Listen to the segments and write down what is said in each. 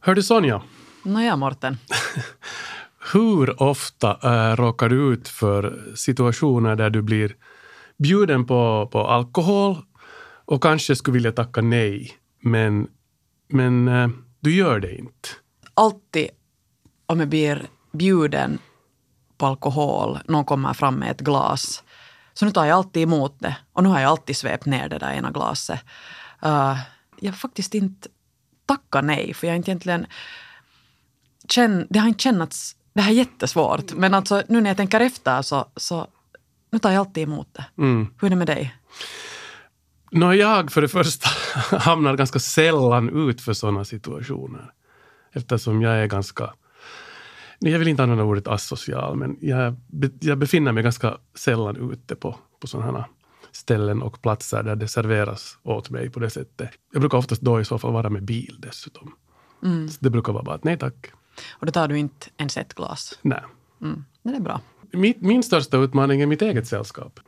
Hör du Sonja? Nåja, Morten. Hur ofta råkar du ut för situationer där du blir bjuden på alkohol och kanske skulle vilja tacka nej, men du gör det inte? Alltid om jag blir bjuden på alkohol, någon kommer fram med ett glas, så nu tar jag alltid emot det. Och nu har jag alltid svept ner det där ena glaset. Jag har faktiskt inte tackat nej, för jag har inte egentligen det har inte kännats, det här är jättesvårt, men alltså nu när jag tänker efter så nu tar jag alltid emot det. Hur är det med dig? Jag för det första hamnar ganska sällan ut för sådana situationer. Eftersom jag är ganska, jag vill inte använda ordet asocial, men jag befinner mig ganska sällan ute på sådana ställen och platser där det serveras åt mig på det sättet. Jag brukar oftast då i så fall vara med bil dessutom. Så det brukar vara bara att nej tack. Och då tar du inte ens ett glas? Nej. Det är bra. Min största utmaning är mitt eget sällskap.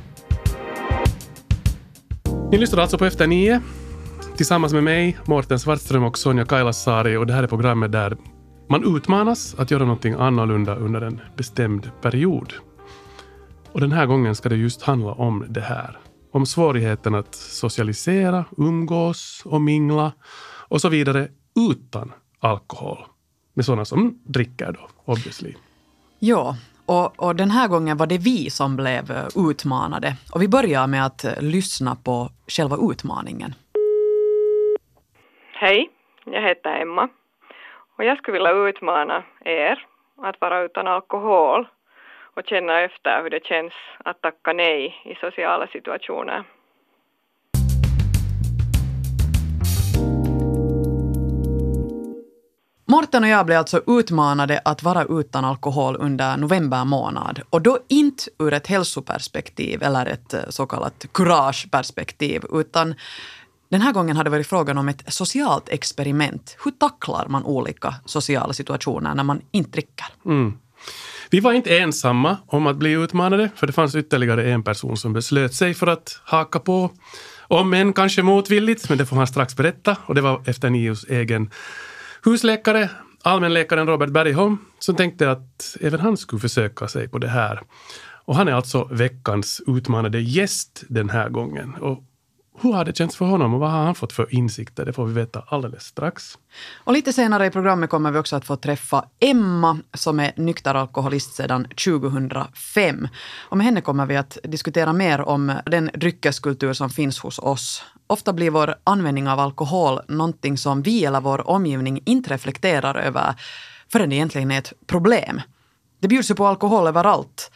Ni lyssnar alltså på Efter 9 tillsammans med mig, Morten Svartström och Sonja Kailasari, och det här är programmet där man utmanas att göra någonting annorlunda under en bestämd period. Och den här gången ska det just handla om det här. Om svårigheten att socialisera, umgås och mingla och så vidare utan alkohol. Med sådana som dricker då, obviously. Ja, och den här gången var det vi som blev utmanade. Och vi börjar med att lyssna på själva utmaningen. Hej, jag heter Emma. Och jag skulle vilja utmana er att vara utan alkohol och känna efter hur det känns att tacka nej i sociala situationer. Morten och jag blev alltså utmanade att vara utan alkohol under november månad. Och då inte ur ett hälsoperspektiv eller ett så kallat kurageperspektiv, utan den här gången hade det varit frågan om ett socialt experiment. Hur tacklar man olika sociala situationer när man inte dricker? Vi var inte ensamma om att bli utmanade, för det fanns ytterligare en person som beslöt sig för att haka på. Om än kanske motvilligt, men det får han strax berätta. Och det var Efter 9:s egen husläkare, allmänläkaren Robert Bergholm, som tänkte att även han skulle försöka sig på det här. Och han är alltså veckans utmanade gäst den här gången. Och hur har det känts för honom och vad har han fått för insikter? Det får vi veta alldeles strax. Och lite senare i programmet kommer vi också att få träffa Emma som är nykter alkoholist sedan 2005. Och med henne kommer vi att diskutera mer om den dryckeskultur som finns hos oss. Ofta blir vår användning av alkohol någonting som vi eller vår omgivning inte reflekterar över förrän det egentligen är ett problem. Det bjuds ju på alkohol överallt.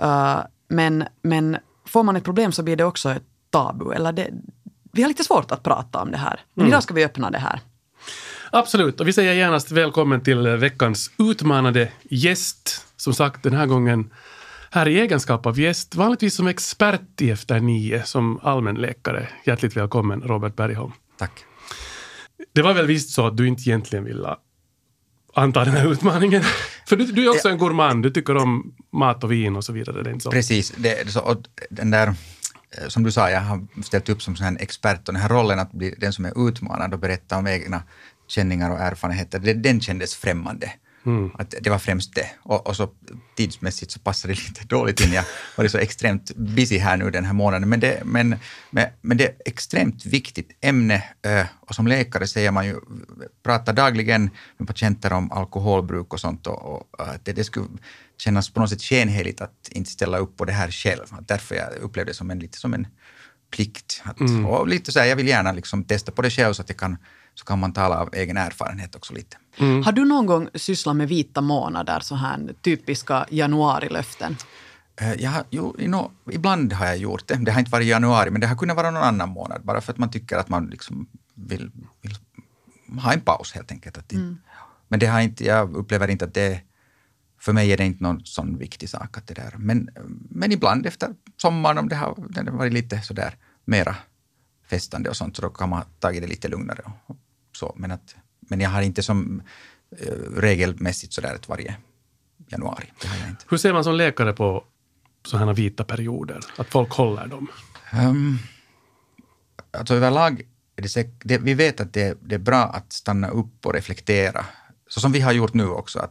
Men får man ett problem så blir det också ett tabu. Eller vi har lite svårt att prata om det här. Men idag ska vi öppna det här. Absolut. Och vi säger genast välkommen till veckans utmanade gäst. Som sagt, den här gången här i egenskap av gäst. Vanligtvis som expert i Efter 9 som allmänläkare. Hjärtligt välkommen Robert Bergholm. Tack. Det var väl visst så att du inte egentligen ville anta den här utmaningen. För du är också en gourmand. Du tycker om mat och vin och så vidare. Det är inte så. Precis. Och den där, som du sa, jag har ställt upp som sån här expert, och den här rollen att bli den som är utmanad och berätta om egna känningar och erfarenheter, den kändes främmande. Att det var främst det. Och så tidsmässigt så passade det lite dåligt in. Jag var så extremt busy här nu den här månaden. Men det är extremt viktigt ämne. Och som läkare säger man ju, pratar dagligen med patienter om alkoholbruk och sånt. Och att det skulle kännas på något sätt skenheligt att inte ställa upp på det här själv. Därför jag upplevde det lite som en plikt. Och lite så här, jag vill gärna liksom testa på det själv så kan man tala av egen erfarenhet också lite. Har du någon gång sysslat med vita månader, så här typiska januarilöften? Ibland har jag gjort det. Det har inte varit januari, men det har kunnat vara någon annan månad. Bara för att man tycker att man liksom vill ha en paus helt enkelt. Men det har inte, jag upplever inte att det, för mig är det inte någon sån viktig sak att det där. Men ibland efter sommaren, om det har varit lite sådär mera festande och sånt, så då kan man ta det lite lugnare och så. Men jag har inte som regelmässigt sådär ett varje januari. Det har jag inte. Hur ser man som läkare på sådana vita perioder? Att folk håller dem? Alltså överlag vi vet att det är bra att stanna upp och reflektera. Så som vi har gjort nu också.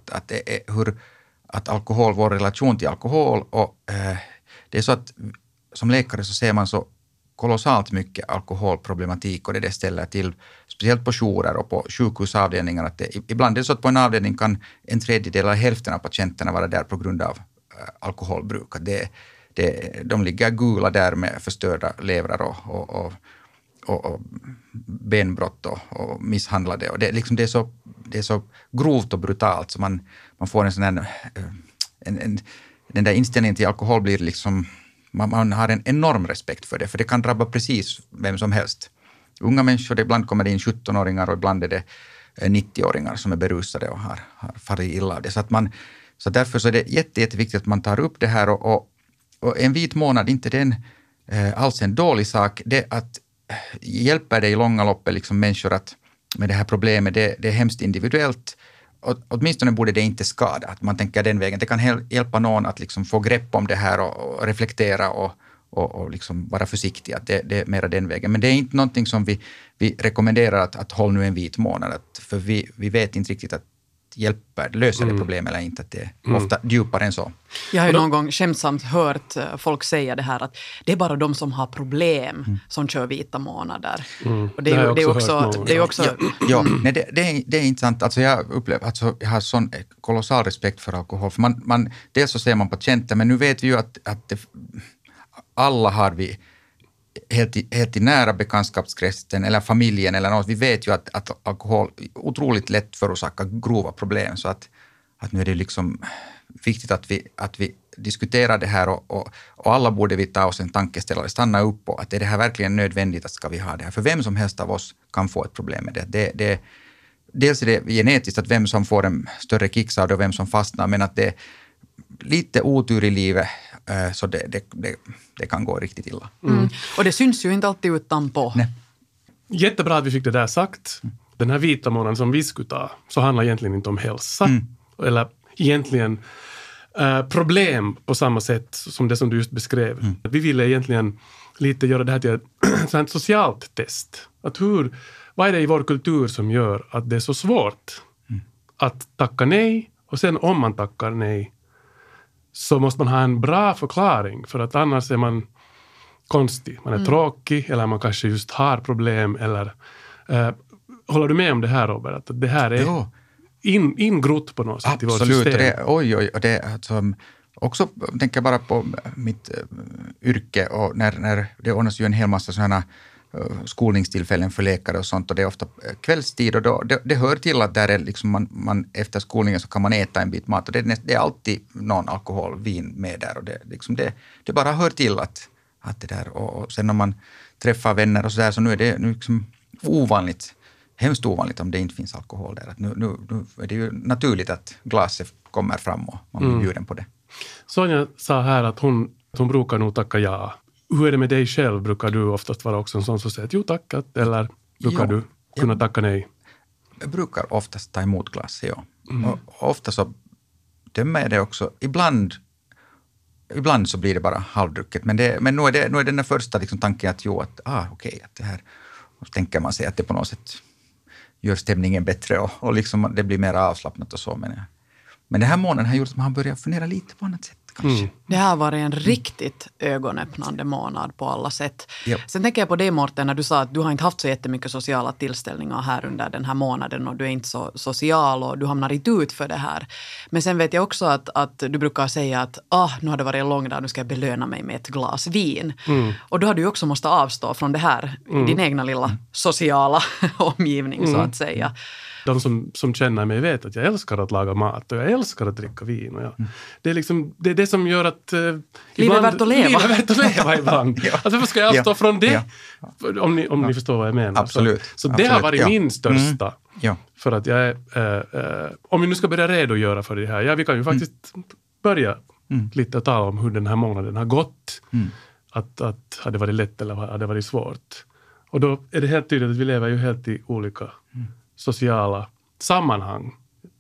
Att alkohol, vår relation till alkohol. Och det är så att som läkare så ser man så kolossalt mycket alkoholproblematik och det ställer till, speciellt på jourer och på sjukhusavdelningar, att ibland är det så att på en avdelning kan en tredjedel eller hälften av patienterna vara där på grund av alkoholbruk. Att de ligger gula där med förstörda levrar och benbrott och misshandlade. Och det är så grovt och brutalt så man får en sån här, den där inställningen till alkohol blir liksom, man har en enorm respekt för det kan drabba precis vem som helst. Unga människor, ibland kommer det in 17-åringar och ibland är det 90-åringar som är berusade och har farit illa av det. Så därför så är det jätteviktigt att man tar upp det här och en vit månad, inte den alls en dålig sak. Det att hjälper det i långa loppet liksom människor att med det här problemet, det är hemskt individuellt. Och åtminstone borde det inte skada, att man tänker den vägen. Det kan hjälpa någon att liksom få grepp om det här och reflektera och liksom vara försiktig. Att det är mera den vägen. Men det är inte någonting som vi rekommenderar att hålla nu en vit månad. För vi vet inte riktigt att löser det problem eller inte. Att det är ofta djupare än så. Jag har ju någon gång skämtsamt hört folk säga det här att det är bara de som har problem som kör vita månader. Och det är också... Ja, nej, det är inte sant. Alltså jag har sån kolossal respekt för alkohol. För man dels så ser man patienter, men nu vet vi ju att alla har vi helt i nära bekantskapskretsen eller familjen eller något. Vi vet ju att alkohol otroligt lätt förorsakar grova problem, så att nu är det liksom viktigt att vi diskuterar det här och alla borde vi ta oss en tankeställare, stanna upp och att är det här verkligen nödvändigt, att ska vi ha det här? För vem som helst av oss kan få ett problem med det. Dels är det genetiskt att vem som får en större kicks av det och vem som fastnar, men att det är lite otur i livet, så det kan gå riktigt illa. Och det syns ju inte alltid utanpå. Nej. Jättebra att vi fick det där sagt. Den här vita månaden som vi skulle ta, så handlar egentligen inte om hälsa. Eller egentligen problem på samma sätt som det som du just beskrev. Vi ville egentligen lite göra det här till ett socialt test. Att vad är det i vår kultur som gör att det är så svårt att tacka nej, och sen om man tackar nej så måste man ha en bra förklaring, för att annars är man konstig. Man är tråkig, eller man kanske just har problem. Eller, håller du med om det här, Robert? Att det här är ingrott på något sätt i vårt system. Absolut. Och det alltså, också tänker bara på mitt yrke, och när det ordnas ju en hel massa sådana skolningstillfällen för läkare och sånt, och det är ofta kvällstid, och då, det hör till att där är liksom man efter skolningen så kan man äta en bit mat, och det är alltid någon alkohol, vin med där, och det bara hör till att det där, och sen om man träffar vänner och sådär, så nu är det liksom ovanligt, hemskt ovanligt om det inte finns alkohol där. Att nu är det ju naturligt att glaset kommer fram och man blir bjuden på det. Sonja sa här att hon brukar nog tacka ja. Hur är det med dig själv? Brukar du oftast vara också en sån som säger att jo tackat, eller brukar du kunna tacka nej? Jag brukar oftast ta emot glass, ja. Och ofta så dömer jag det också. Ibland så blir det bara halvdrucket, men nu är den första liksom tanken att okej, att det här, och så tänker man sig att det på något sätt gör stämningen bättre och liksom det blir mer avslappnat och så, men den här månaden har gjort att man börjar fundera lite på annat sätt. Det här var en riktigt ögonöppnande månad på alla sätt. Yep. Sen tänker jag på det, Mårten, när du sa att du har inte haft så jättemycket sociala tillställningar här under den här månaden, och du är inte så social och du hamnar inte ut för det här. Men sen vet jag också att du brukar säga att nu har det varit en lång dag, nu ska jag belöna mig med ett glas vin. Och då har du också måste avstå från det här, din egna lilla sociala omgivning så att säga. De som känner mig vet att jag älskar att laga mat och jag älskar att dricka vin. Och det är liksom det som gör att livet är värt att leva. Livet är värt att leva ibland. Alltså varför ska jag avstå från det? Om ni förstår vad jag menar. Absolut. Så det har varit min största. För att jag om vi nu ska börja redogöra för det här. Vi kan ju faktiskt börja lite att tala om hur den här månaden har gått. Att har det varit lätt eller har det varit svårt. Och då är det helt tydligt att vi lever ju helt i olika sociala sammanhang.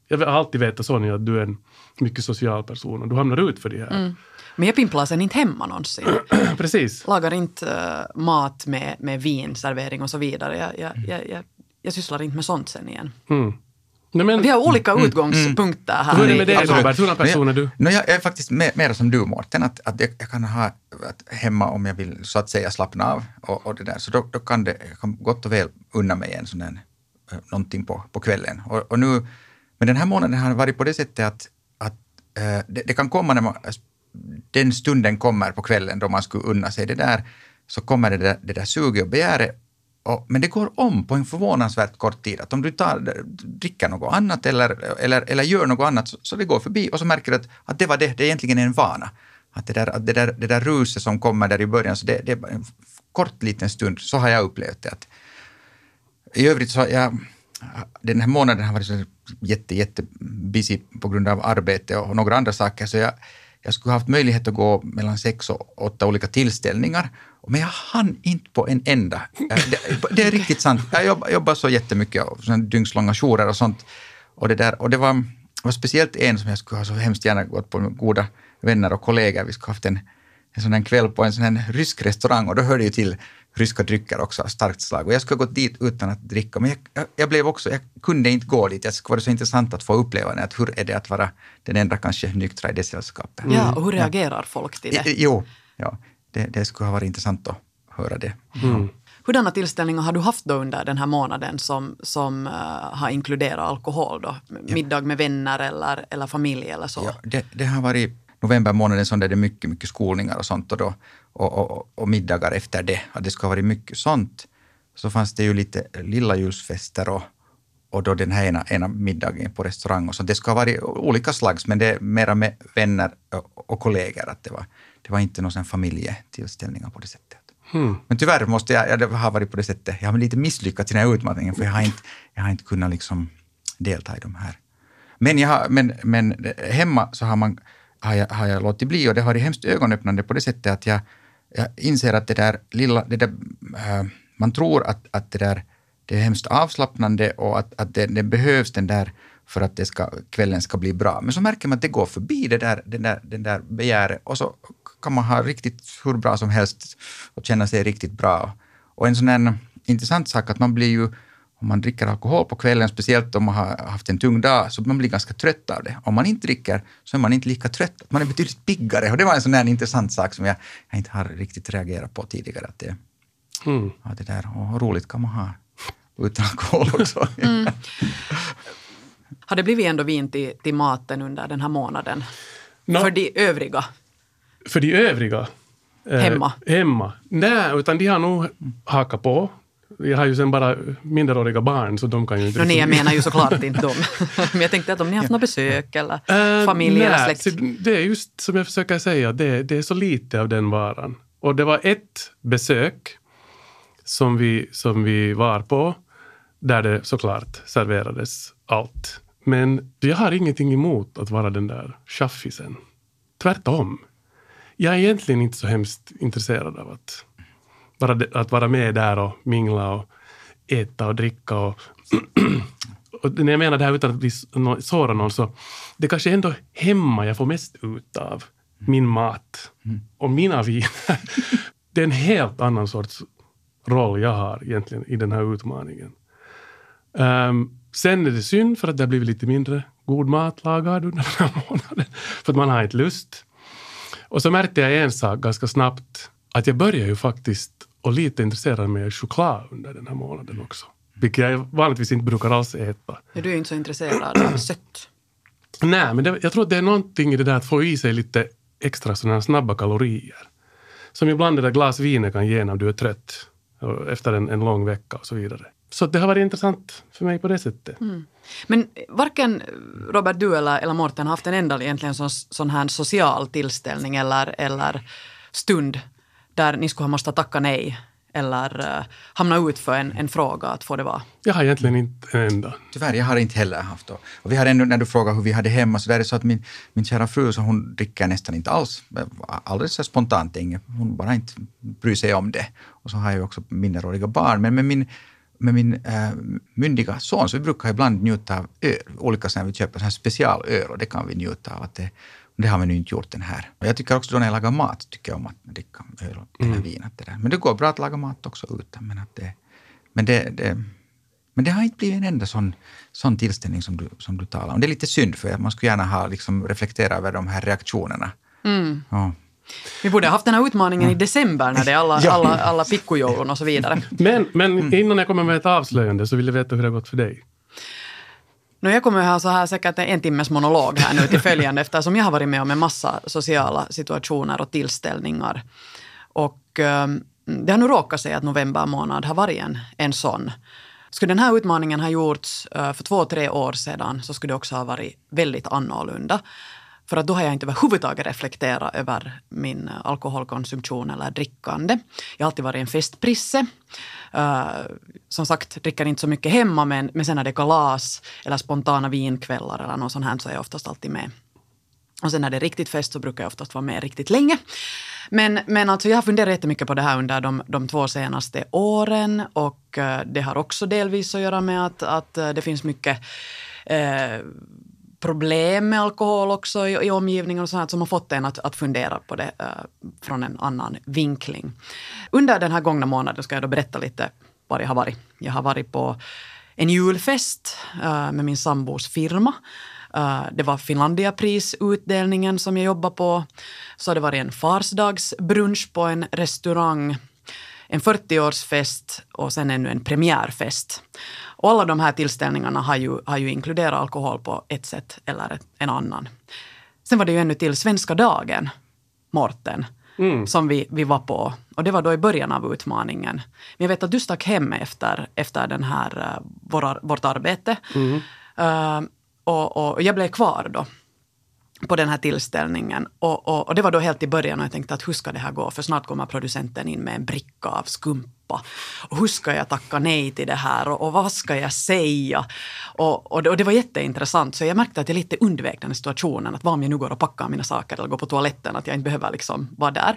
Jag har alltid vetat, Sonja, att du är en mycket social person och du hamnar ut för det här. Men jag pimplar sen inte hemma någonsin. Precis. Lagar inte mat med vinservering och så vidare. Jag sysslar inte med sånt sen igen. Nej, men, Vi har olika utgångspunkter här. hur är det med dig, Absolut. Robert? Hur person är du? Jag är faktiskt mer som du, Mårten, att jag kan ha att hemma om jag vill så att säga slappna av och det där. Så då kan jag kan gott och väl unna mig en sån där, någonting på kvällen. Och nu, men den här månaden har varit på det sättet att det kan komma när den stunden kommer på kvällen då man skulle unna sig det där, så kommer det där suget och begäret. Men det går om på en förvånansvärt kort tid. Att om du dricker något annat eller gör något annat så det går förbi och så märker du att det var det är egentligen en vana. Att det där ruset som kommer där i början, så det är bara en kort liten stund, så har jag upplevt det. Att i övrigt så den här månaden har varit så jätte busy på grund av arbete och några andra saker, så jag skulle ha haft möjlighet att gå mellan 6 och 8 olika tillställningar, men jag hann inte på en enda. Det är riktigt sant. Jag jobbar så jättemycket och dygnslånga jourer och sånt. Och det var speciellt en som jag skulle ha så hemskt gärna gått på med goda vänner och kollegor. Vi skulle ha haft en sån här kväll på en sån här rysk restaurang, och då hörde ju till ryska drycker också av starkt slag. Och jag skulle ha gått dit utan att dricka, men jag kunde inte gå dit. Det skulle vara så intressant att få uppleva det. Att hur är det att vara den enda kanske nyktra i det sällskapet. Ja, och hur reagerar folk till det? Jo, det skulle ha varit intressant att höra det. Hurdana tillställningar har du haft då under den här månaden som har inkluderat alkohol då? Middag med vänner eller familj eller så? Ja, det har varit november månaden som det är mycket skolningar och sånt och middagar efter det. Att det ska ha varit mycket sånt. Så fanns det ju lite lilla julsfester och då den här ena middagen på restaurang och så. Det ska ha varit olika slags, men det är mera med vänner och kollegor. Att det var inte någon familjetillställningar på det sättet. Men tyvärr måste jag ha varit på det sättet. Jag har lite misslyckats i den här utmaningen, för jag har inte kunnat liksom delta i de här. Men hemma så har jag låtit bli, och det har varit hemskt ögonöppnande på det sättet att jag inser att det där man tror att det är hemskt avslappnande och att det behövs den där för att kvällen ska bli bra. Men så märker man att det går förbi den där begäret, och så kan man ha riktigt hur bra som helst och känna sig riktigt bra. Och en sån här intressant sak att man blir ju, om man dricker alkohol på kvällen, speciellt om man har haft en tung dag, så man blir ganska trött av det. Om man inte dricker så är man inte lika trött. Man är betydligt piggare, och det var en sån här intressant sak som jag inte har riktigt reagerat på tidigare. Att det där, och roligt kan man ha utan alkohol också. Har det blivit ändå vin till maten under den här månaden? No. För de övriga? För de övriga? Hemma? Nej, utan de har nog hakat på. Jag har ju sen bara minderåriga barn, så de kan ju inte... Nej, jag menar ju såklart inte dem. Men jag tänkte att om ni har haft något besök eller familj eller släkt. Det är just som jag försöker säga, det är så lite av den varan. Och det var ett besök som vi var på, där det såklart serverades allt. Men jag har ingenting emot att vara den där chaffisen. Tvärtom. Jag är egentligen inte så hemskt intresserad av att vara med där och mingla och äta och dricka. Och när jag menar det här utan att bli såra någon, så det kanske ändå hemma jag får mest ut av min mat och mina viner. Det är en helt annan sorts roll jag har egentligen i den här utmaningen. Sen är det synd för att det har blivit lite mindre god mat lagad under den här månaden. För att man har inte lust. Och så märkte jag en sak ganska snabbt. Att jag börjar ju faktiskt och lite intresserad med choklad under den här månaden också. Vilket jag vanligtvis inte brukar alls äta. Ja, du är inte så intresserad av sött. Nej, men jag tror att det är någonting i det där att få i sig lite extra sådana snabba kalorier. Som ibland det där glas vin kan ge när du är trött. Efter en lång vecka och så vidare. Så det har varit intressant för mig på det sättet. Men varken Robert, du eller Mårten har haft en enda egentligen sån här social tillställning eller stund där ni skulle ha måste tacka nej eller hamna ut för en fråga att få det vara? Jag har egentligen inte en enda. Tyvärr, jag har inte heller haft då. Och vi har ännu, när du frågar hur vi hade hemma, så där är det så att min kära fru, så hon dricker nästan inte alls. Alldeles så spontant, hon bara inte bryr sig om det. Och så har jag ju också minderåriga barn. Men med min med min myndiga son, så vi brukar ibland njuta av öl. Olika när vi köper så här specialöl, och det kan vi njuta av. Det har vi nu inte gjort den här. Och jag tycker också då när jag lagar mat, tycker jag om att dricka öl eller vin. Att det där. Men det går bra att laga mat också utan. Men det har inte blivit en enda sån tillställning som du talar om. Det är lite synd, för man skulle gärna ha reflektera över de här reaktionerna. Ja. Vi borde ha haft den här utmaningen i december när det är alla pickujoulen och så vidare. Men innan jag kommer med ett avslöjande så vill jag veta hur det har gått för dig. Jag kommer ha så här säkert en timmes monolog här nu till följande, eftersom jag har varit med om en massa sociala situationer och tillställningar. Och det har nu råkat sig att november månad har varit en sån. Skulle den här utmaningen ha gjorts för 2-3 år sedan, så skulle det också ha varit väldigt annorlunda. För att då har jag inte överhuvudtaget reflekterat över min alkoholkonsumtion eller drickande. Jag har alltid varit en festprisse. Som sagt, dricker inte så mycket hemma, men sen när det är kalas eller spontana vinkvällar eller något sånt här, så är jag oftast alltid med. Och sen när det är riktigt fest så brukar jag oftast vara med riktigt länge. Men alltså jag har funderat jättemycket på det här under de 2 senaste åren, och det har också delvis att göra med att det finns mycket problem med alkohol också i omgivningen och sånt som har fått en att fundera på det från en annan vinkling. Under den här gångna månaden ska jag då berätta lite var jag har varit. Jag har varit på en julfest med min sambos firma. Det var Finlandia-prisutdelningen som jag jobbar på. Så det var en farsdagsbrunch på en restaurang, en 40-årsfest och sen ännu en premiärfest. Och alla de här tillställningarna har ju inkluderat alkohol på ett sätt eller en annan. Sen var det ju ännu till Svenska dagen, Morten, som vi var på. Och det var då i början av utmaningen. Men jag vet att du stack hem efter den här vårt arbete. Och jag blev kvar då på den här tillställningen. Och det var då helt i början, och jag tänkte att hur ska det här gå? För snart kommer producenten in med en bricka av skumpa. Och hur ska jag tacka nej till det här? Och vad ska jag säga? Och det var jätteintressant. Så jag märkte att jag lite undvek den situationen. Att vad om jag nu går och packar mina saker eller går på toaletten? Att jag inte behöver liksom vara där.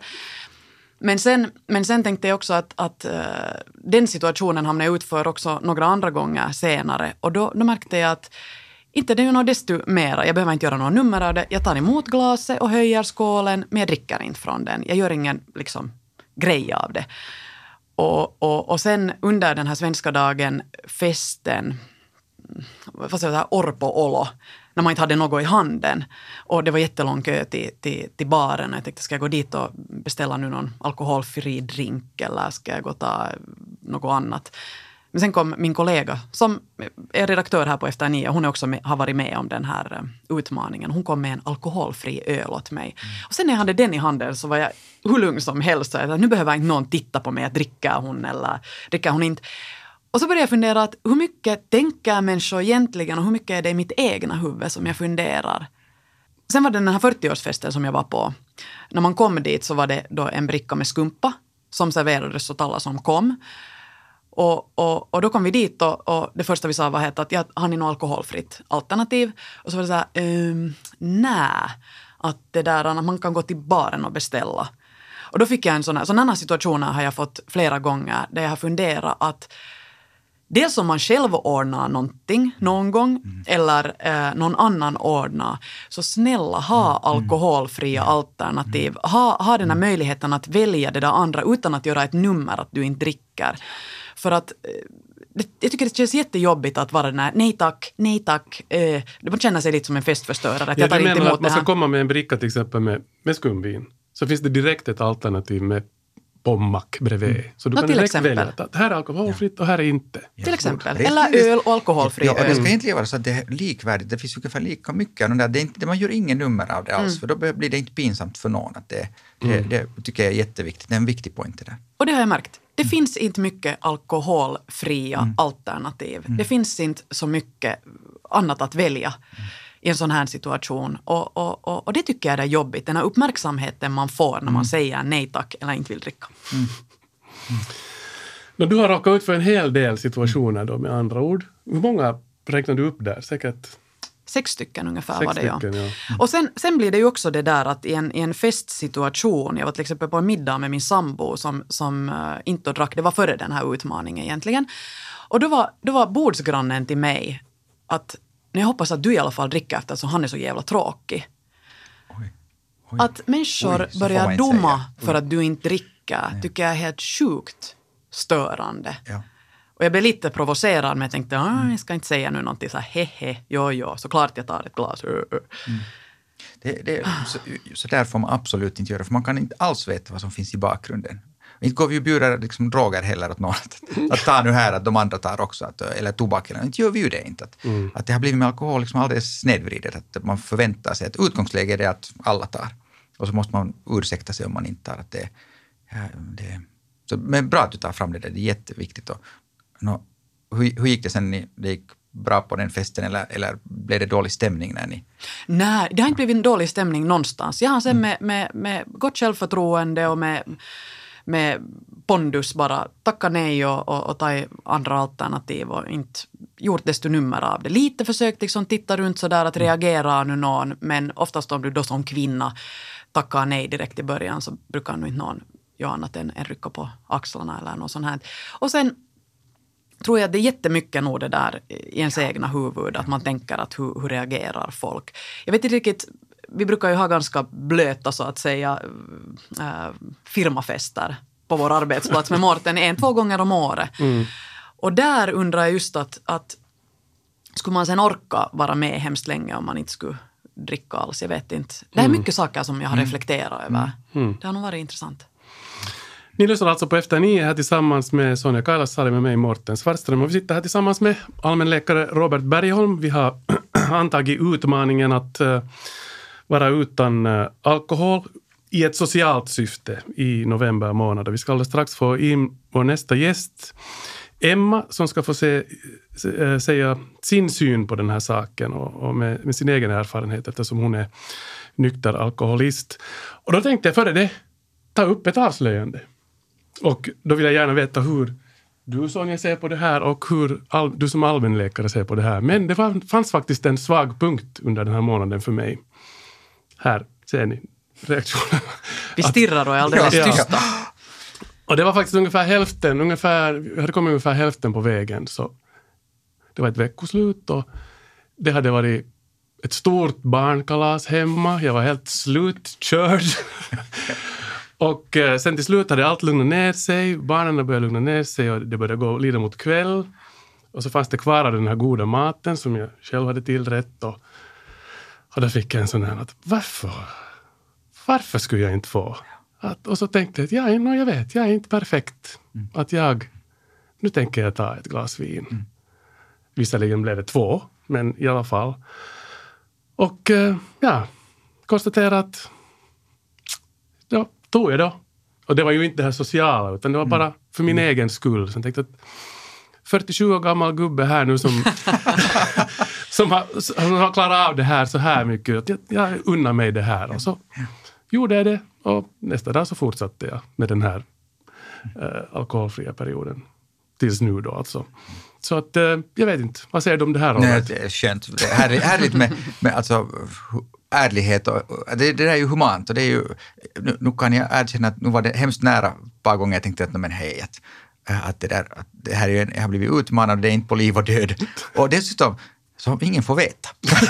Men sen tänkte jag också att den situationen hamnade jag ut för också några andra gånger senare. Och då märkte jag att inte det är ju något desto mera. Jag behöver inte göra några nummer av det. Jag tar emot glaset och höjer skålen, men jag dricker inte från den. Jag gör ingen liksom grej av det. Och sen under den här Svenska dagen, festen, vad säger jag, orpo-olo, när man inte hade något i handen. Och det var jättelång kö till baren. Jag tänkte, ska jag gå dit och beställa nu någon alkoholfri drink eller ska jag gå och ta något annat? Men sen kom min kollega som är redaktör här på Efter 9. Hon har varit med om den här utmaningen. Hon kom med en alkoholfri öl åt mig. Och sen när jag hade den i handen så var jag hur lugn som helst. Så nu behöver inte någon titta på mig att dricker hon eller dricker hon inte. Och så började jag fundera att hur mycket tänker människor egentligen och hur mycket är det i mitt egna huvud som jag funderar. Sen var det den här 40-årsfesten som jag var på. När man kom dit så var det då en bricka med skumpa som serverades åt alla som kom. Och då kom vi dit och det första vi sa var att har ni något alkoholfritt alternativ? Och så var det så här, nej, att det där att man kan gå till baren och beställa. Och då fick jag en sådana situationer har jag fått flera gånger där jag har funderat att dels om man själv ordnar någonting någon gång eller någon annan ordnar, så snälla ha alkoholfria alternativ. Ha den här möjligheten att välja det där andra utan att göra ett nummer att du inte dricker. För att jag tycker det känns jättejobbigt att vara den här nej tack. Man känner sig lite som en festförstörare. Att jag tar inte emot att man ska komma med en bricka till exempel med skumvin. Så finns det direkt ett alternativ med pommac bredvid. Så du kan direkt välja att här är alkoholfritt och här är inte. Ja. Till exempel. Eller öl och alkoholfri öl. Ja, och det ska inte vara så att det är likvärdigt. Det finns ungefär lika mycket. Man gör ingen nummer av det alls. För då blir det inte pinsamt för någon. Att det tycker jag är jätteviktigt. Det är en viktig poäng i det. Och det har jag märkt. Det finns inte mycket alkoholfria alternativ. Det finns inte så mycket annat att välja i en sån här situation. Och det tycker jag är jobbigt. Den här uppmärksamheten man får när man säger nej tack eller inte vill dricka. Men du har råkat ut för en hel del situationer då med andra ord. Hur många räknar du upp där? Säkert 6 stycken ungefär 6 var det, stycken, ja. Och sen blir det ju också det där att i en festsituation, jag var till exempel på en middag med min sambo som inte drack, det var före den här utmaningen egentligen. Och då var bordsgrannen till mig att jag hoppas att du i alla fall dricker eftersom han är så jävla tråkig. Oj. Att människor börjar doma för att du inte dricker tycker jag är helt sjukt störande. Ja. Och jag blev lite provocerad men jag tänkte jag ska inte säga nu någonting så här hehe, jo, såklart jag tar ett glas. Så där får man absolut inte göra, för man kan inte alls veta vad som finns i bakgrunden. Inte går vi ju bjuda liksom droger heller åt någon att ta nu här att de andra tar också, eller tobak eller inte gör vi ju det inte. Att det har blivit med alkohol liksom alldeles snedvridet, att man förväntar sig att utgångsläget är att alla tar. Och så måste man ursäkta sig om man inte tar att men bra att du tar fram det där, det är jätteviktigt. Hur gick det sen det gick bra på den festen eller blev det dålig stämning när ni... Nej, det har inte blivit en dålig stämning någonstans. Jag har sen med gott självförtroende och med pondus bara tacka nej och ta andra alternativ och inte gjort desto nummer av det. Lite försökt liksom titta runt sådär att reagera nu någon, men oftast om du då som kvinna tackar nej direkt i början så brukar nog inte någon göra annat än rycka på axlarna eller något sånt här. Och sen tror jag att det är jättemycket nog det där i ens egna huvud att man tänker att hur reagerar folk. Jag vet inte riktigt, vi brukar ju ha ganska blöta så att säga firmafester på vår arbetsplats med Mårten 1-2 gånger om året. Och där undrar jag just att skulle man sen orka vara med hemskt länge om man inte skulle dricka alls, jag vet inte. Det är mycket saker som jag har reflekterat över. Det har nog varit intressant. Ni lyssnar alltså på Efter 9 här tillsammans med Sonja Kailasari med mig Mårten Svartström och vi sitter här tillsammans med allmänläkare Robert Bergholm. Vi har antagit utmaningen att vara utan alkohol i ett socialt syfte i november månad. Vi ska alldeles strax få in vår nästa gäst Emma som ska få säga sin syn på den här saken och med sin egen erfarenhet eftersom hon är nykter alkoholist. Och då tänkte jag före det ta upp ett avslöjande. Och då vill jag gärna veta hur du Sonja ser på det här och hur du som allmänläkare ser på det här. Men det fanns faktiskt en svag punkt under den här månaden för mig. Här ser ni reaktionen. Vi stirrar och är alldeles tysta. Och det var faktiskt hade kommit ungefär hälften på vägen. Så det var ett veckoslut och det hade varit ett stort barnkalas hemma. Jag var helt slutkörd. Och sen till slut hade allt lugnat ner sig. Barnen började lugna ner sig och det började gå lite mot kväll. Och så fanns det kvar av den här goda maten som jag själv hade tillrätt. Och då fick jag en sån här att varför skulle jag inte få? Och så tänkte jag att jag vet, jag är inte perfekt. Att nu tänker jag ta ett glas vin. Visserligen blev det 2, men i alla fall. Och konstatera att tog jag då. Och det var ju inte det här sociala utan det var bara för min egen skull. Så jag tänkte att 47 år gammal gubbe här nu som har klarat av det här så här mycket. Att jag unnar mig det här. Och så gjorde jag det. Och nästa dag så fortsatte jag med den här alkoholfria perioden. Tills nu då alltså. Så att jag vet inte. Vad säger du om det här? Nej, det är skönt. Det är härligt med alltså ärlighet och det där är ju humant och det är ju nu kan jag erkänna att nu var det hemskt nära ett par gånger jag tänkte att men hej att det här är jag har blivit utmanad och det är inte på liv och död och dessutom så ingen får veta.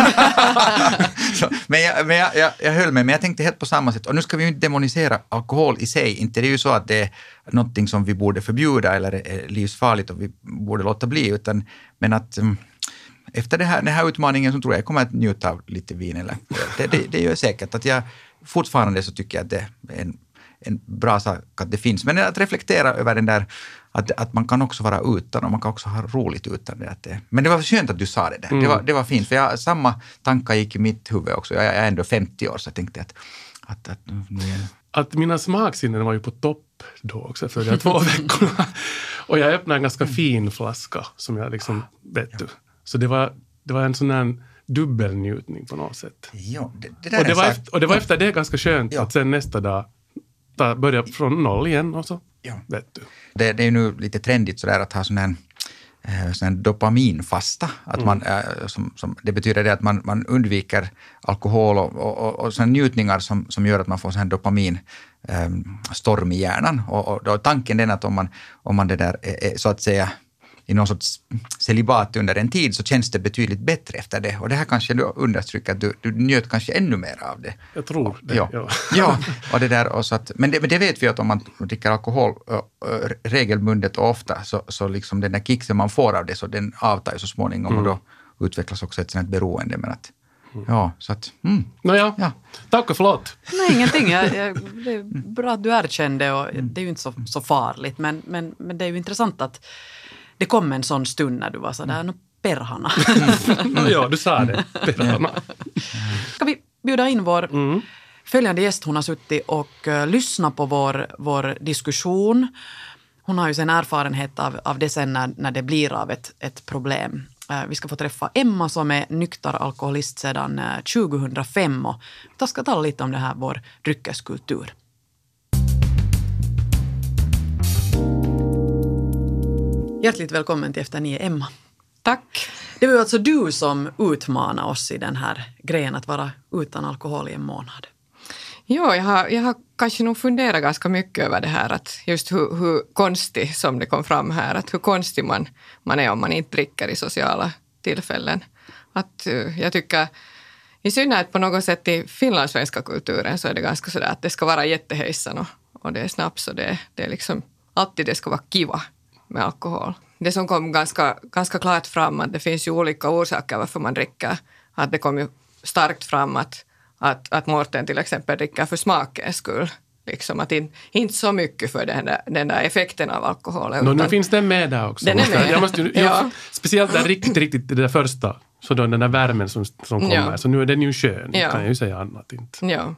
Men jag höll med, men jag tänkte helt på samma sätt. Och nu ska vi ju inte demonisera alkohol i sig. Inte det är ju så att det är någonting som vi borde förbjuda eller är livsfarligt och vi borde låta bli. Men att efter den här utmaningen så tror jag kommer att njuta av lite vin. Eller, det gör jag säkert. Att jag fortfarande så tycker jag att det är en bra sak att det finns. Men att reflektera över den där att man kan också vara utan och man kan också ha roligt utan det. Men det var skönt att du sa det där. Det var fint. För samma tankar gick i mitt huvud också. Jag är ändå 50 år så jag tänkte att mina smaksinnen var ju på topp då också för de 2 veckorna. Och jag öppnade en ganska fin flaska som jag liksom vet du. Så det var en sån här dubbelnjutning på något sätt. Ja, det var efter det ganska skönt att sen nästa dag börja från noll igen och så vet du. Det är ju nu lite trendigt sådär att ha sån här sån dopaminfasta. Att man, det betyder det att man undviker alkohol och såna njutningar som gör att man får sån här dopamin storm i hjärnan. Och då tanken den att om man det där är, så att säga i någon sorts celibat under en tid så känns det betydligt bättre efter det. Och det här kanske du understrycker att du njöt kanske ännu mer av det. Jag tror det. Ja, och det där och så att, men det vet vi att om man dricker alkohol regelbundet och ofta så liksom den där kicksen man får av det så den avtar ju så småningom och då utvecklas också ett sånt beroende. Men att, ja, så att... Ja. Tack och förlåt. Nej, ingenting. Det är bra att du erkände och det är ju inte så farligt. Men det är ju intressant att det kom en sån stund när du var sådär, perhana. Ja, du sa det. Perhana. Ska vi bjuda in vår följande gäst? Hon har suttit och lyssnat på vår diskussion. Hon har ju sen erfarenhet av det sen när det blir av ett problem. Vi ska få träffa Emma som är nykter alkoholist sedan 2005 och vi ska tala lite om det här, vår dryckeskultur. Hjärtligt välkommen till Efter 9, Emma. Tack. Det var alltså du som utmanade oss i den här grejen att vara utan alkohol i en månad. Ja, jag har kanske nog funderat ganska mycket över det här, att just hur konstig som det kom fram här, att hur konstig man är om man inte dricker i sociala tillfällen. Att jag tycker, i synnerhet på något sätt i finlandssvenska kulturen så är det ganska sådär att det ska vara jättehejsan och det är snaps och det är liksom alltid det ska vara kiva med alkohol. Det som kom ganska klart fram att det finns ju olika orsaker varför man dricker. Att det kom ju starkt fram att Mårten till exempel dricker för smakens skull. Liksom att inte så mycket för den där effekten av alkohol. Nu finns den med där också. Den är med. Speciellt där riktigt det där första. Så då den där värmen som kommer. Ja. Så nu är den ju skön. Kan jag ju säga annat inte. Ja.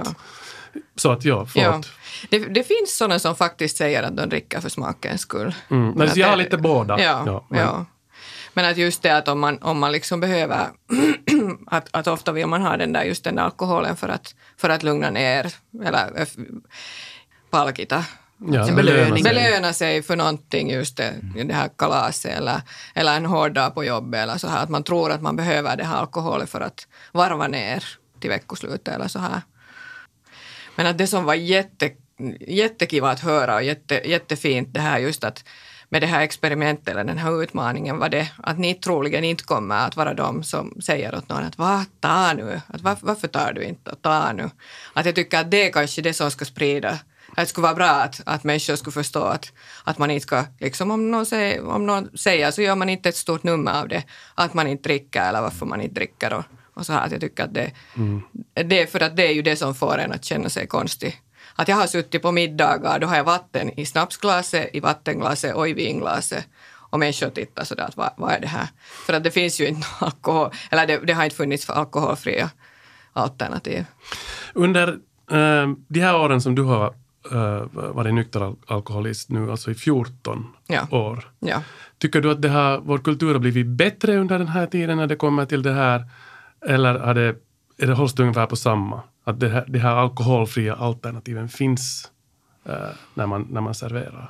Så att förlåt. Det finns sådana som faktiskt säger att de dricker för smakens skull. Men jag har lite båda. Ja. Men att just det att om man liksom behöver att ofta vill man ha den där alkoholen för att lugna ner eller palkita. Ja, belöna sig för någonting, just det här kalaset eller en hård dag på jobbet eller så här. Att man tror att man behöver det här alkoholen för att varva ner till veckoslutet eller så här. Men att det som var jättekiva att höra och jättefint det här just att med det här experimentet eller den här utmaningen var det att ni troligen inte kommer att vara de som säger åt någon att ta nu, att varför tar du inte och ta nu. Att jag tycker att det är kanske det som ska sprida. Att det skulle vara bra att människor skulle förstå att man inte ska, liksom om någon säger så gör man inte ett stort nummer av det, att man inte dricker eller varför man inte dricker och så här. Att jag tycker att det är för att det är ju det som får en att känna sig konstig. Att jag har suttit på middagar, då har jag vatten i snapsglaset, i vattenglaset och i vinglaset. Och människor tittar sådär att vad är det här? För att det finns ju inte alkohol, eller det har inte funnits för alkoholfria alternativ. Under de här åren som du har varit nykter alkoholist nu, alltså i 14 år. Ja. Tycker du att vår kultur har blivit bättre under den här tiden när det kommer till det här? Eller är det hålls det ungefär på samma? Att det här alkoholfria alternativen finns när man serverar?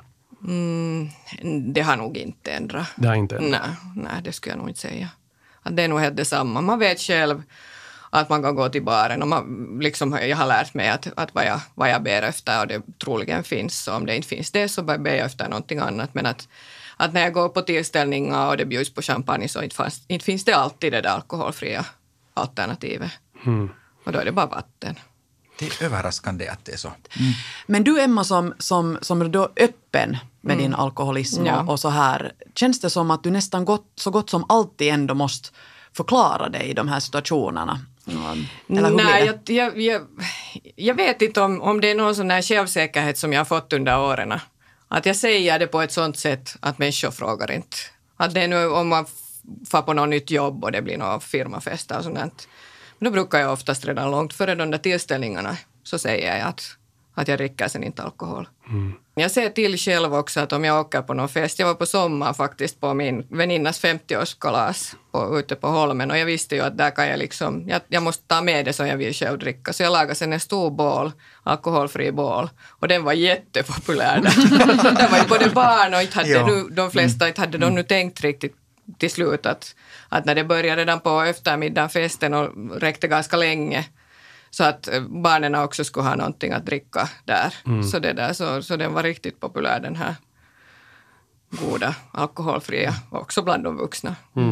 Det har nog inte ändrat. Det har inte ändrat? Nej, det skulle jag nog inte säga. Att det är nog helt detsamma. Man vet själv att man kan gå till baren och jag har lärt mig att vad jag ber efter och det troligen finns. Så om det inte finns det så ber jag efter någonting annat. Men att när jag går på tillställningar och det bjuds på champagne så inte finns det alltid det där alkoholfria alternativet. Och då är det bara vatten. Det är överraskande att det är så. Men du Emma som är då öppen med din alkoholism och så här. Känns det som att du nästan så gott som alltid ändå måste förklara dig i de här situationerna? Eller hur blir det? Jag vet inte om det är någon sån här självsäkerhet som jag har fått under åren. Att jag säger det på ett sånt sätt att människor frågar inte. Att det är nu om man får på något nytt jobb och det blir någon firmafest och sånt. Men då brukar jag oftast redan långt före de där tillställningarna så säger jag att jag dricker sen inte alkohol. Jag ser till själv också att om jag åker på någon fest, jag var på sommar faktiskt på min väninnas 50-årskalas ute på Holmen och jag visste ju att där kan jag liksom, jag måste ta med det som jag vill själv dricka. Så jag lagade sen en stor bål, alkoholfri bål och den var jättepopulär där. Det var ju både barn och inte hade nu, de flesta inte hade de nu tänkt riktigt till slut att när det började redan på eftermiddagen festen och räckte ganska länge så att barnen också skulle ha någonting att dricka där. Så det där, så den var riktigt populär den här goda alkoholfria också bland de vuxna.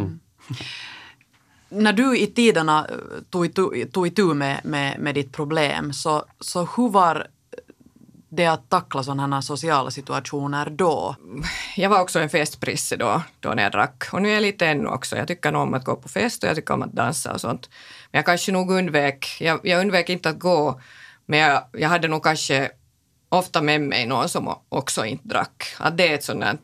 När du i tiderna tog itu med ditt problem så hur var det att tackla sådana här sociala situationer då? Jag var också en festprisse då när jag drack. Och nu är jag lite ännu också. Jag tycker nog om att gå på fest och jag tycker om att dansa och sånt. Men jag kanske nog jag undvek inte att gå. Men jag hade nog kanske ofta med mig någon som också inte drack. Att det är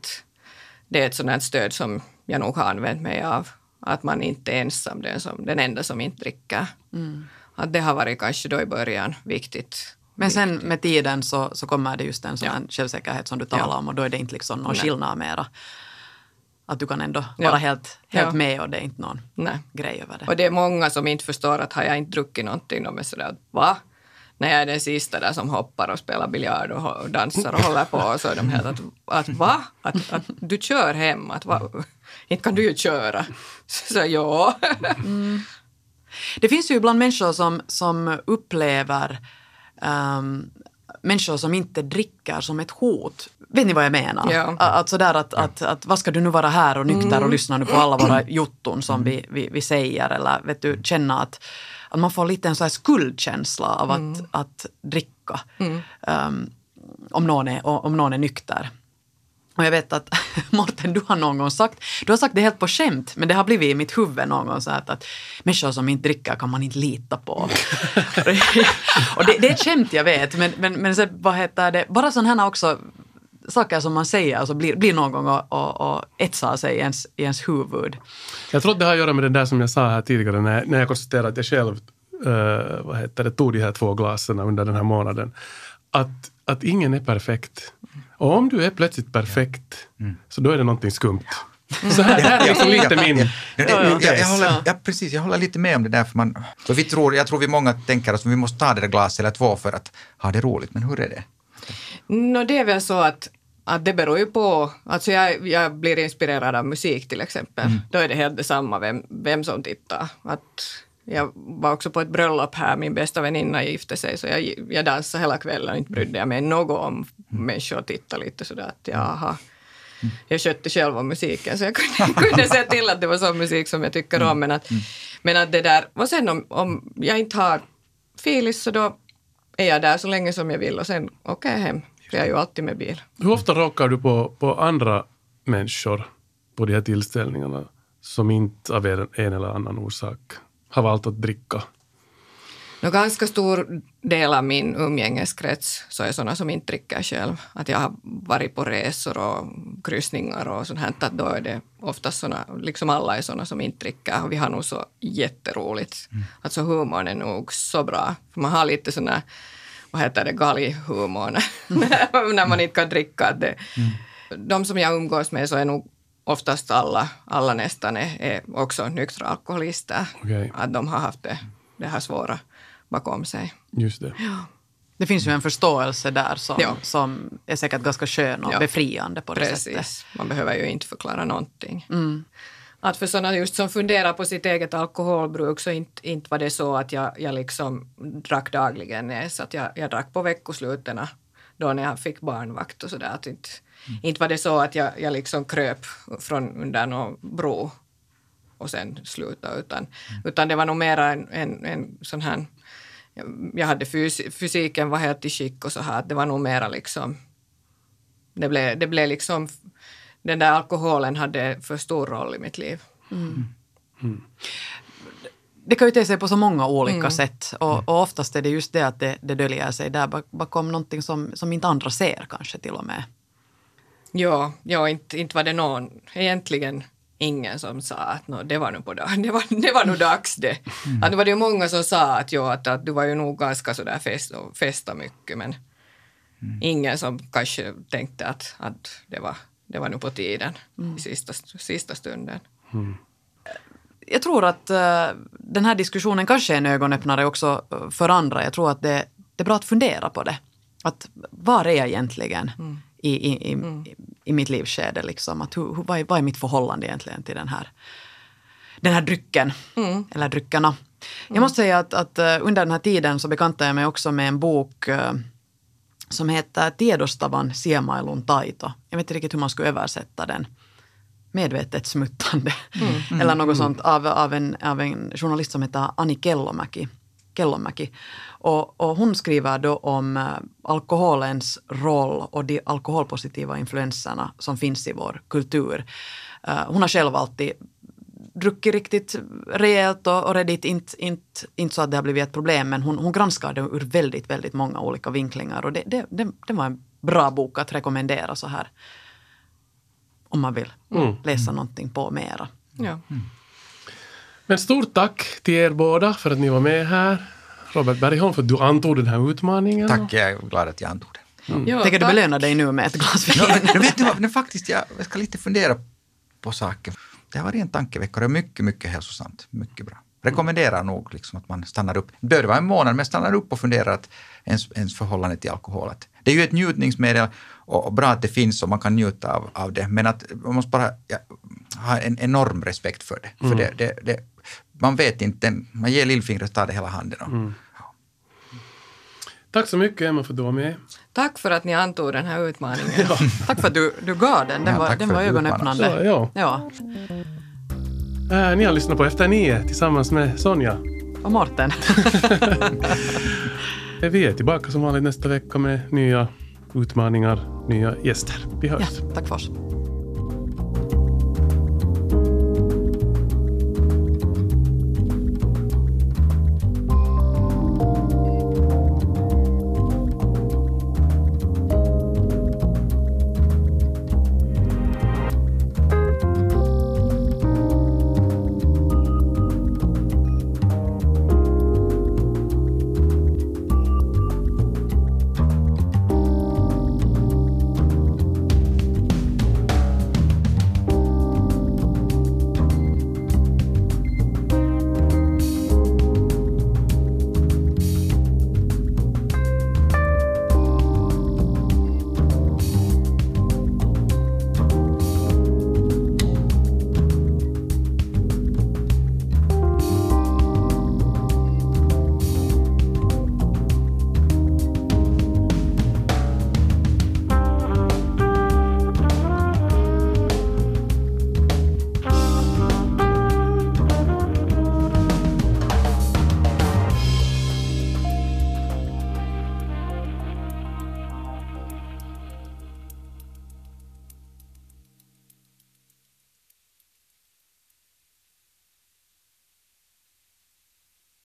ett sådant stöd som jag nog har använt mig av. Att man inte är ensam, den enda som inte dricker. Att det har varit kanske då i början viktigt. Men sen med tiden så kommer det just en sån här självsäkerhet som du talar om och då är det inte liksom någon skillnad mera. Att du kan ändå vara helt med och det är inte någon grej över det. Och det är många som inte förstår att har jag inte druckit någonting, de är sådär, va? När jag är den sista där som hoppar och spelar biljard och dansar och håller på och så är de helt att va? Att du kör hem, inte kan du ju köra. Så ja. Det finns ju ibland människor som upplever människor som inte dricker som ett hot. Vet ni vad jag menar? Ja. Att sådär att vad ska du nu vara här och nykter och lyssna nu på alla våra jotton som vi säger eller vet du, känna att man får lite en sån här skuldkänsla av att dricka om någon är nykter. Och jag vet att Morten, du har någon gång sagt det helt på skämt, men det har blivit i mitt huvud någon gång så att människor som inte dricker kan man inte lita på. Och det är ett skämt, jag vet, men så, vad heter det, bara sådana här också saker som man säger alltså blir någon gång och etsar sig i ens huvud. Jag tror att det har att göra med det där som jag sa här tidigare när jag konstaterade att jag själv tog de här 2 glasen under den här månaden. Att ingen är perfekt. Och om du är plötsligt perfekt så då är det någonting skumt. Så här är liksom lite min... Jag håller lite med om det där. För jag tror vi många tänker att vi måste ta det där glas eller 2 för att ha det roligt. Men hur är det? Det är väl så att det beror ju på... Alltså jag blir inspirerad av musik till exempel. Då är det helt detsamma vem som tittar. Jag var också på ett bröllop här, min bästa väninna gifte sig så jag dansade hela kvällen och inte brydde jag mig något om människor och tittade lite sådär att jag skötte själv om musiken så jag kunde se till att det var sån musik som jag tycker om men att det där, och sen om jag inte har filis så då är jag där så länge som jag vill och sen åker jag hem, för jag är ju alltid med bil. Hur ofta råkar du på andra människor på de här tillställningarna som inte av en eller annan orsak har valt att dricka? Ganska stor del av min umgängeskrets så är sådana som inte dricker själv. Att jag har varit på resor och kryssningar och sånt här. Att då är det oftast sådana, liksom alla är sådana som inte dricker. Och vi har nog så jätteroligt. Alltså humorn är nog så bra. För man har lite sådana, galghumor när man inte kan dricka. De som jag umgås med så är nog oftast alla nästan är också nyktra alkoholister. Okay. Att de har haft det här svåra bakom sig. Just det. Ja. Det finns ju en förståelse där som är säkert ganska skön och befriande på det sättet. Precis, man behöver ju inte förklara någonting. Att för sådana just som funderar på sitt eget alkoholbruk så inte var det så att jag liksom drack dagligen. Så att jag drack på veckoslutena då när jag fick barnvakt och sådär. Att inte var det så att jag liksom kröp från under någon bro och sen slutade utan det var nog mera en sån här, jag hade fysiken var helt i skick och så här, det var nog mera liksom, det blev liksom, den där alkoholen hade för stor roll i mitt liv. Det kan ju te sig på så många olika sätt och oftast är det just det att det döljer sig där bakom någonting som inte andra ser kanske till och med. Ja, inte var det någon, egentligen ingen som sa att det var nog på dagen, det var nog dags det. Att det var det ju många som sa att du var ju nog ganska sådär festa mycket, men ingen som kanske tänkte att det var nu på tiden i sista stunden. Jag tror att den här diskussionen kanske är en ögonöppnare också för andra. Jag tror att det är bra att fundera på det. Att var är jag egentligen i mitt livsskede? Liksom? Att vad är mitt förhållande egentligen till den här drycken? Eller dryckerna. Jag måste säga att under den här tiden så bekantade jag mig också med en bok som heter Tiedostavan siemailun taito. Jag vet inte riktigt hur man skulle översätta den. Medvetet smuttande. Eller något sånt av en journalist som heter Ani Kellomäki. Och hon skriver då om alkoholens roll och de alkoholpositiva influenserna som finns i vår kultur. Hon har själv alltid druckit riktigt rejält och redigt, inte så att det har blivit ett problem, men hon granskar det ur väldigt, väldigt många olika vinklingar. Och det var en bra bok att rekommendera så här. Om man vill läsa någonting på mera. Ja. Men stort tack till er båda för att ni var med här. Robert Bergholm, för att du antog den här utmaningen. Tack, jag är glad att jag antog det. Ja, tänker du belöna dig nu med ett glas vin? Vet du vad, faktiskt, jag ska lite fundera på saker. Det har varit en tankevecka och det är mycket, mycket hälsosamt. Mycket bra. Rekommenderar nog liksom att man stannar upp. Det behöver vara en månad, men stannar upp och funderar att ens förhållande till alkohol. Det är ju ett njutningsmedel och bra att det finns och man kan njuta av det. Men att man måste bara ha en enorm respekt för det. För det man vet inte, man ger lillfingret och tar det hela handen. Tack så mycket, Emma, för att du var med. Tack för att ni antog den här utmaningen. Tack för att du gav den. Den var ögonöppnande. Ja. Ni har lyssnat på Efter 9 tillsammans med Sonja. Och Morten. Vi är tillbaka som vanligt nästa vecka med nya utmaningar, nya gäster. Vi hörs. Ja, tack för oss.